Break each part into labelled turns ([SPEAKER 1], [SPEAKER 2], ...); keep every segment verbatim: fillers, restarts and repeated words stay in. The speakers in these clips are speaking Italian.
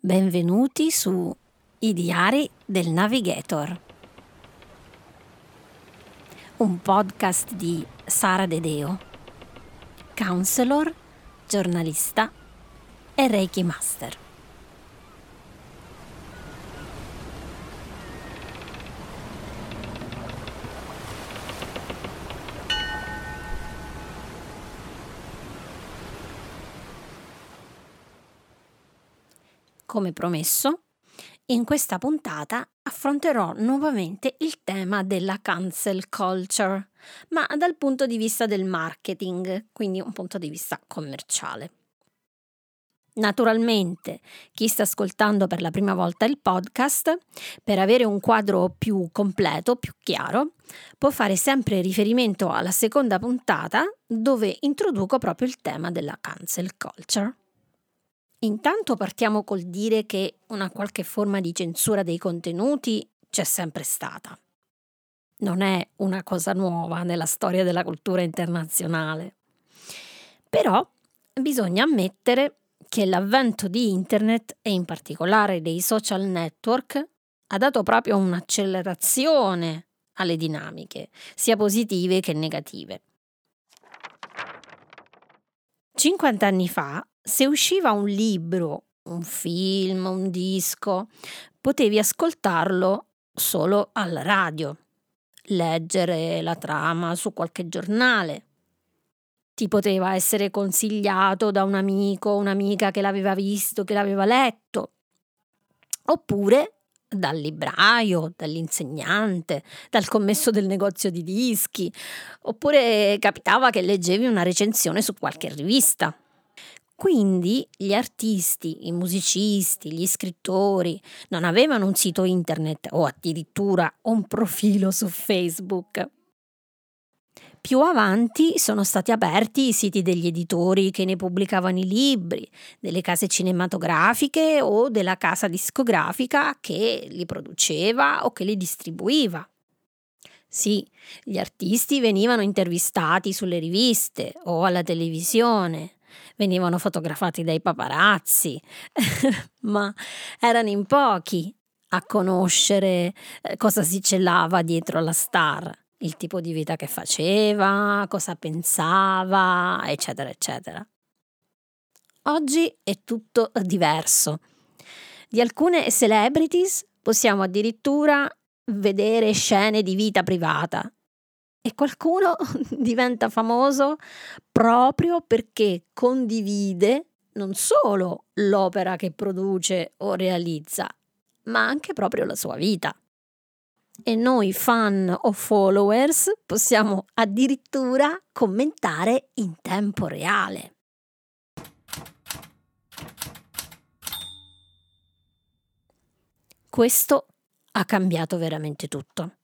[SPEAKER 1] Benvenuti su I Diari del Navigator, un podcast di Sara Dedeo, counselor, giornalista e Reiki Master. Come promesso, in questa puntata affronterò nuovamente il tema della cancel culture, ma dal punto di vista del marketing, quindi un punto di vista commerciale. Naturalmente, chi sta ascoltando per la prima volta il podcast, per avere un quadro più completo, più chiaro, può fare sempre riferimento alla seconda puntata dove introduco proprio il tema della cancel culture. Intanto partiamo col dire che una qualche forma di censura dei contenuti c'è sempre stata. Non è una cosa nuova nella storia della cultura internazionale. Però bisogna ammettere che l'avvento di Internet e in particolare dei social network ha dato proprio un'accelerazione alle dinamiche, sia positive che negative. cinquanta anni fa, se usciva un libro, un film, un disco, potevi ascoltarlo solo alla radio, leggere la trama su qualche giornale. Ti poteva essere consigliato da un amico o un'amica che l'aveva visto, che l'aveva letto, oppure dal libraio, dall'insegnante, dal commesso del negozio di dischi, oppure capitava che leggevi una recensione su qualche rivista. Quindi gli artisti, i musicisti, gli scrittori non avevano un sito internet o addirittura un profilo su Facebook. Più avanti sono stati aperti i siti degli editori che ne pubblicavano i libri, delle case cinematografiche o della casa discografica che li produceva o che li distribuiva. Sì, gli artisti venivano intervistati sulle riviste o alla televisione, venivano fotografati dai paparazzi, ma erano in pochi a conoscere eh, cosa si celava dietro la star, il tipo di vita che faceva, cosa pensava, eccetera, eccetera. Oggi è tutto diverso. Di alcune celebrities possiamo addirittura vedere scene di vita privata e qualcuno diventa famoso proprio perché condivide non solo l'opera che produce o realizza, ma anche proprio la sua vita. E noi fan o followers possiamo addirittura commentare in tempo reale. Questo ha cambiato veramente tutto.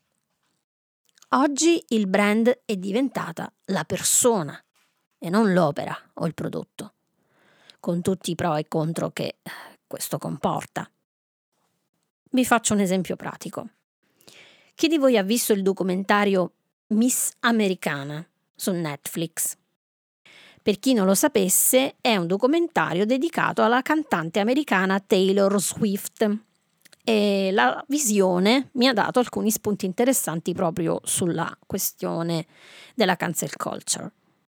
[SPEAKER 1] Oggi il brand è diventata la persona e non l'opera o il prodotto, con tutti i pro e contro che questo comporta. Vi faccio un esempio pratico. Chi di voi ha visto il documentario Miss Americana su Netflix? Per chi non lo sapesse, è un documentario dedicato alla cantante americana Taylor Swift. E la visione mi ha dato alcuni spunti interessanti proprio sulla questione della cancel culture.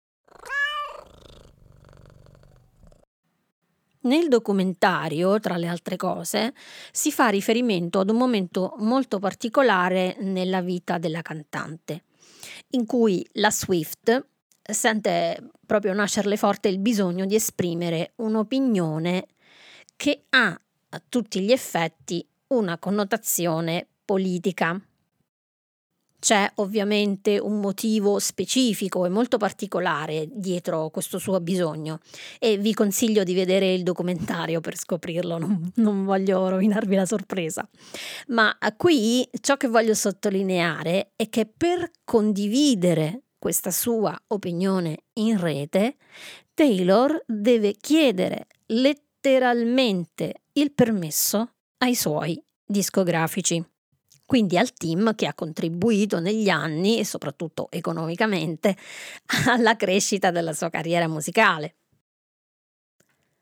[SPEAKER 1] Nel documentario, tra le altre cose, si fa riferimento ad un momento molto particolare nella vita della cantante, in cui la Swift sente proprio nascerle forte il bisogno di esprimere un'opinione che ha a tutti gli effetti una connotazione politica. C'è ovviamente un motivo specifico e molto particolare dietro questo suo bisogno e vi consiglio di vedere il documentario per scoprirlo, non, non voglio rovinarvi la sorpresa. Ma qui ciò che voglio sottolineare è che per condividere questa sua opinione in rete, Taylor deve chiedere letteralmente il permesso ai suoi discografici, quindi al team che ha contribuito negli anni e soprattutto economicamente alla crescita della sua carriera musicale.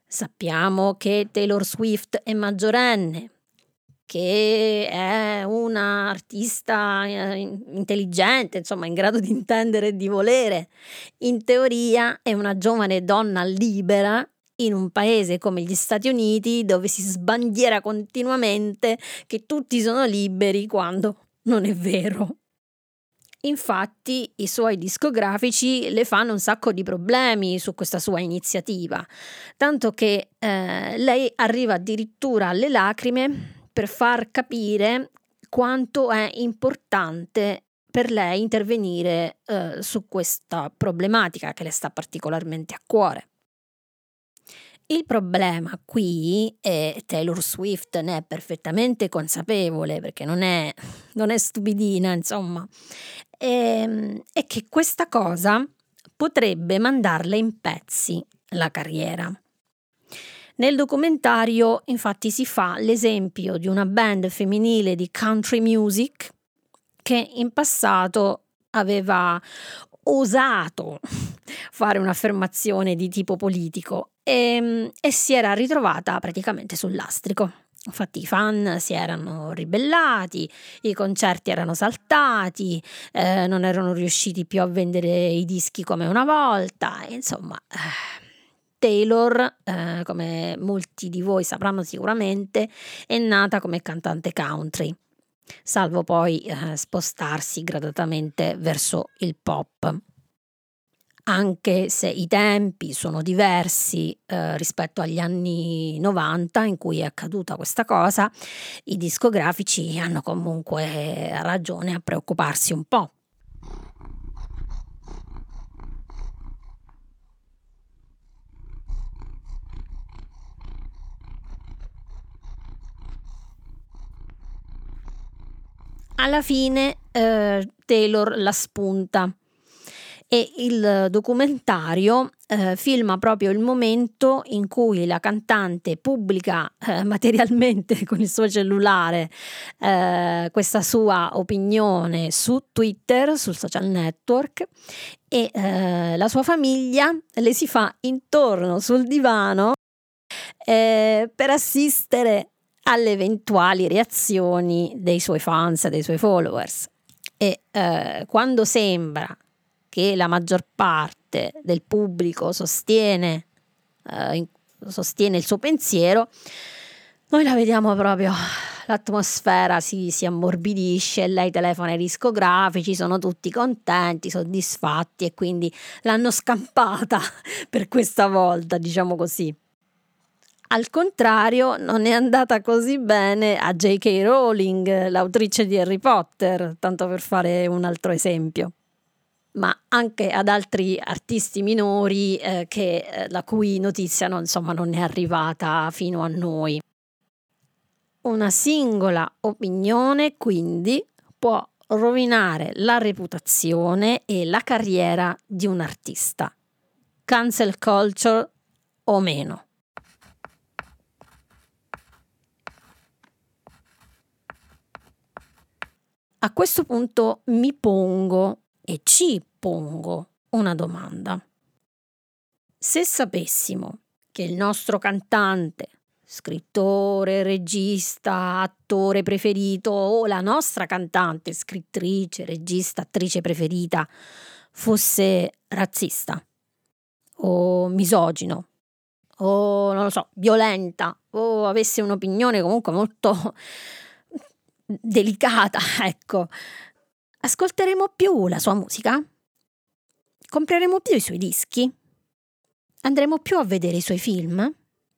[SPEAKER 1] Sappiamo che Taylor Swift è maggiorenne, che è una artista eh, in- intelligente, insomma, in grado di intendere e di volere. In teoria è una giovane donna libera in un paese come gli Stati Uniti, dove si sbandiera continuamente che tutti sono liberi quando non è vero. Infatti i suoi discografici le fanno un sacco di problemi su questa sua iniziativa, tanto che eh, lei arriva addirittura alle lacrime per far capire quanto è importante per lei intervenire eh, su questa problematica che le sta particolarmente a cuore. Il problema qui, e Taylor Swift ne è perfettamente consapevole perché non è, non è stupidina, insomma, ehm, è che questa cosa potrebbe mandarle in pezzi la carriera. Nel documentario, infatti, si fa l'esempio di una band femminile di country music che in passato aveva osato fare un'affermazione di tipo politico e, e si era ritrovata praticamente sul lastrico. Infatti i fan si erano ribellati, i concerti erano saltati, eh, non erano riusciti più a vendere i dischi come una volta, e insomma eh, Taylor, eh, come molti di voi sapranno sicuramente, è nata come cantante country, salvo poi eh, spostarsi gradatamente verso il pop. Anche se i tempi sono diversi eh, rispetto agli anni novanta in cui è accaduta questa cosa, i discografici hanno comunque ragione a preoccuparsi un po'. Alla fine eh, Taylor la spunta e il documentario eh, filma proprio il momento in cui la cantante pubblica eh, materialmente con il suo cellulare eh, questa sua opinione su Twitter, sul social network, e eh, la sua famiglia le si fa intorno sul divano eh, per assistere alle eventuali reazioni dei suoi fans, dei suoi followers. E eh, quando sembra che la maggior parte del pubblico sostiene, eh, in- sostiene il suo pensiero, noi la vediamo proprio, l'atmosfera si, si ammorbidisce, lei telefona ai discografici, sono tutti contenti, soddisfatti e quindi l'hanno scampata per questa volta, diciamo così. Al contrario, non è andata così bene a J K. Rowling, l'autrice di Harry Potter, tanto per fare un altro esempio, ma anche ad altri artisti minori eh, che, eh, la cui notizia non, insomma, non è arrivata fino a noi. Una singola opinione, quindi, può rovinare la reputazione e la carriera di un artista. Cancel culture o meno. A questo punto mi pongo e ci pongo una domanda. Se sapessimo che il nostro cantante, scrittore, regista, attore preferito o la nostra cantante, scrittrice, regista, attrice preferita fosse razzista o misogino o non lo so, violenta o avesse un'opinione comunque molto delicata, ecco, ascolteremo più la sua musica? Compreremo più i suoi dischi? Andremo più a vedere i suoi film?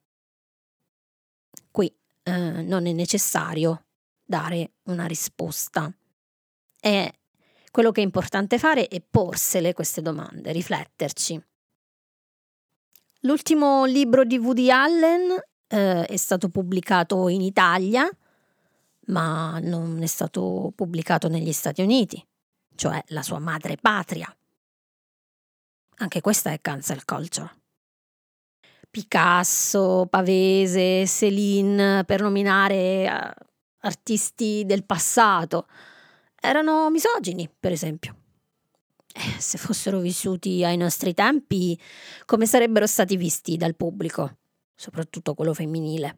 [SPEAKER 1] Qui eh, non è necessario dare una risposta. È quello che è importante fare è porsele queste domande, rifletterci. L'ultimo libro di Woody Allen eh, è stato pubblicato in Italia, ma non è stato pubblicato negli Stati Uniti, cioè la sua madre patria. Anche questa è cancel culture. Picasso, Pavese, Céline, per nominare uh, artisti del passato, erano misogini, per esempio. Eh, se fossero vissuti ai nostri tempi, come sarebbero stati visti dal pubblico? soprattutto quello femminile.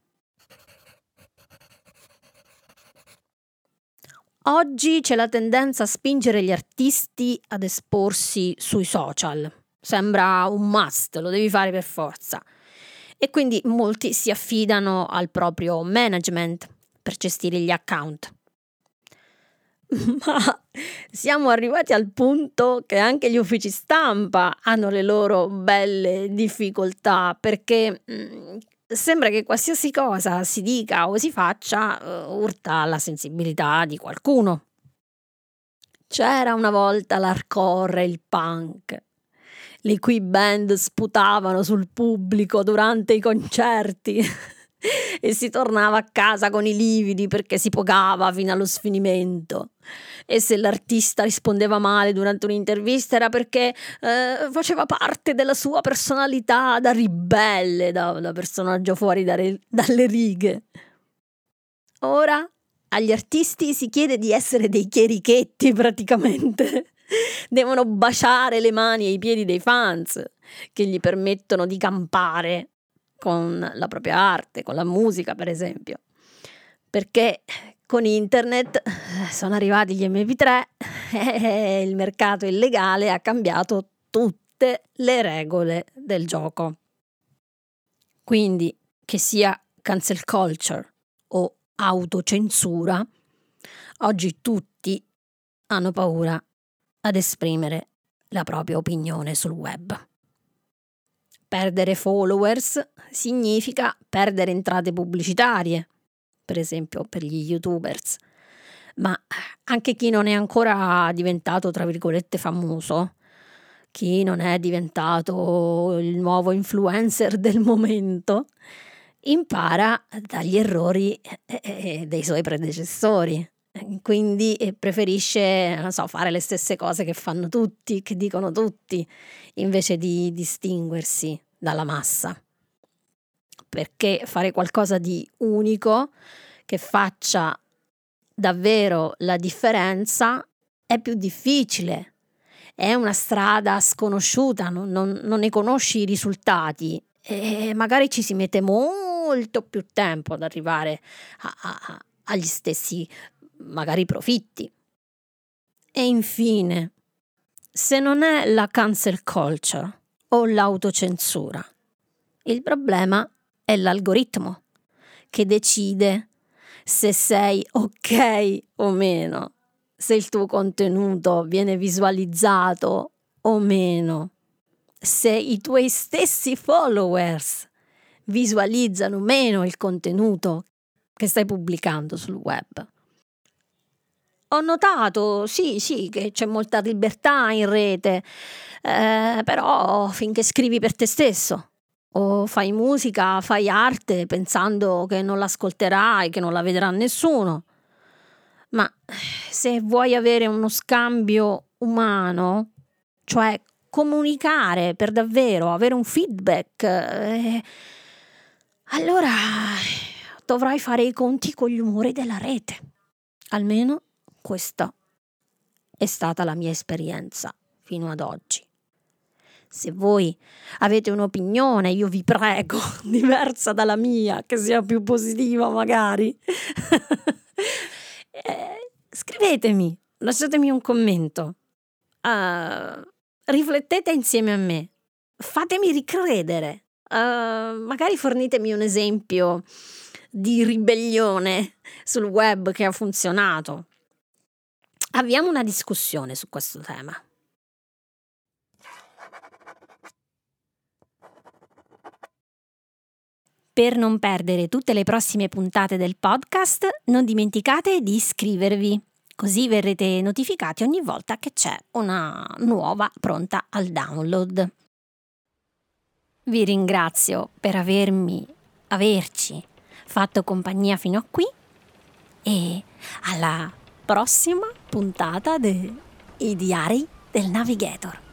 [SPEAKER 1] Oggi c'è la tendenza a spingere gli artisti ad esporsi sui social. Sembra un must, lo devi fare per forza. E quindi molti si affidano al proprio management per gestire gli account. Ma siamo arrivati al punto che anche gli uffici stampa hanno le loro belle difficoltà, perché mh, sembra che qualsiasi cosa si dica o si faccia uh, urta alla sensibilità di qualcuno. C'era una volta l'hardcore e il punk, le cui band sputavano sul pubblico durante i concerti e si tornava a casa con i lividi perché si pogava fino allo sfinimento. E se l'artista rispondeva male durante un'intervista era perché eh, faceva parte della sua personalità da ribelle, da, da personaggio fuori da re, dalle righe. Ora agli artisti si chiede di essere dei chierichetti praticamente. Devono baciare le mani e i piedi dei fans che gli permettono di campare con la propria arte, con la musica per esempio, perché con internet sono arrivati gli emme pi tre e il mercato illegale ha cambiato tutte le regole del gioco. Quindi che sia cancel culture o autocensura, oggi tutti hanno paura ad esprimere la propria opinione sul web. Perdere followers significa perdere entrate pubblicitarie, per esempio per gli youtubers, ma anche chi non è ancora diventato, tra virgolette, famoso, chi non è diventato il nuovo influencer del momento, impara dagli errori dei suoi predecessori. Quindi preferisce, non so, fare le stesse cose che fanno tutti, che dicono tutti, invece di distinguersi dalla massa. Perché fare qualcosa di unico, che faccia davvero la differenza, è più difficile. È una strada sconosciuta, non, non, non ne conosci i risultati e magari ci si mette molto più tempo ad arrivare a, a, agli stessi magari profitti. E infine, se non è la cancel culture o l'autocensura, il problema è l'algoritmo che decide se sei ok o meno, se il tuo contenuto viene visualizzato o meno, se i tuoi stessi followers visualizzano meno il contenuto che stai pubblicando sul web. Ho notato, sì, sì, che c'è molta libertà in rete, eh, però finché scrivi per te stesso o fai musica, fai arte pensando che non l'ascolterai, che non la vedrà nessuno. Ma se vuoi avere uno scambio umano, cioè comunicare per davvero, avere un feedback, eh, allora dovrai fare i conti con gli umori della rete. Almeno questa è stata la mia esperienza fino ad oggi. Se voi avete un'opinione, io vi prego, diversa dalla mia, che sia più positiva magari, eh, scrivetemi, lasciatemi un commento, uh, riflettete insieme a me, fatemi ricredere, uh, magari fornitemi un esempio di ribellione sul web che ha funzionato. Avviamo una discussione su questo tema. Per non perdere tutte le prossime puntate del podcast, non dimenticate di iscrivervi, così verrete notificati ogni volta che c'è una nuova pronta al download. Vi ringrazio per avermi, averci fatto compagnia fino a qui e alla prossima puntata dei Diari del Navigator.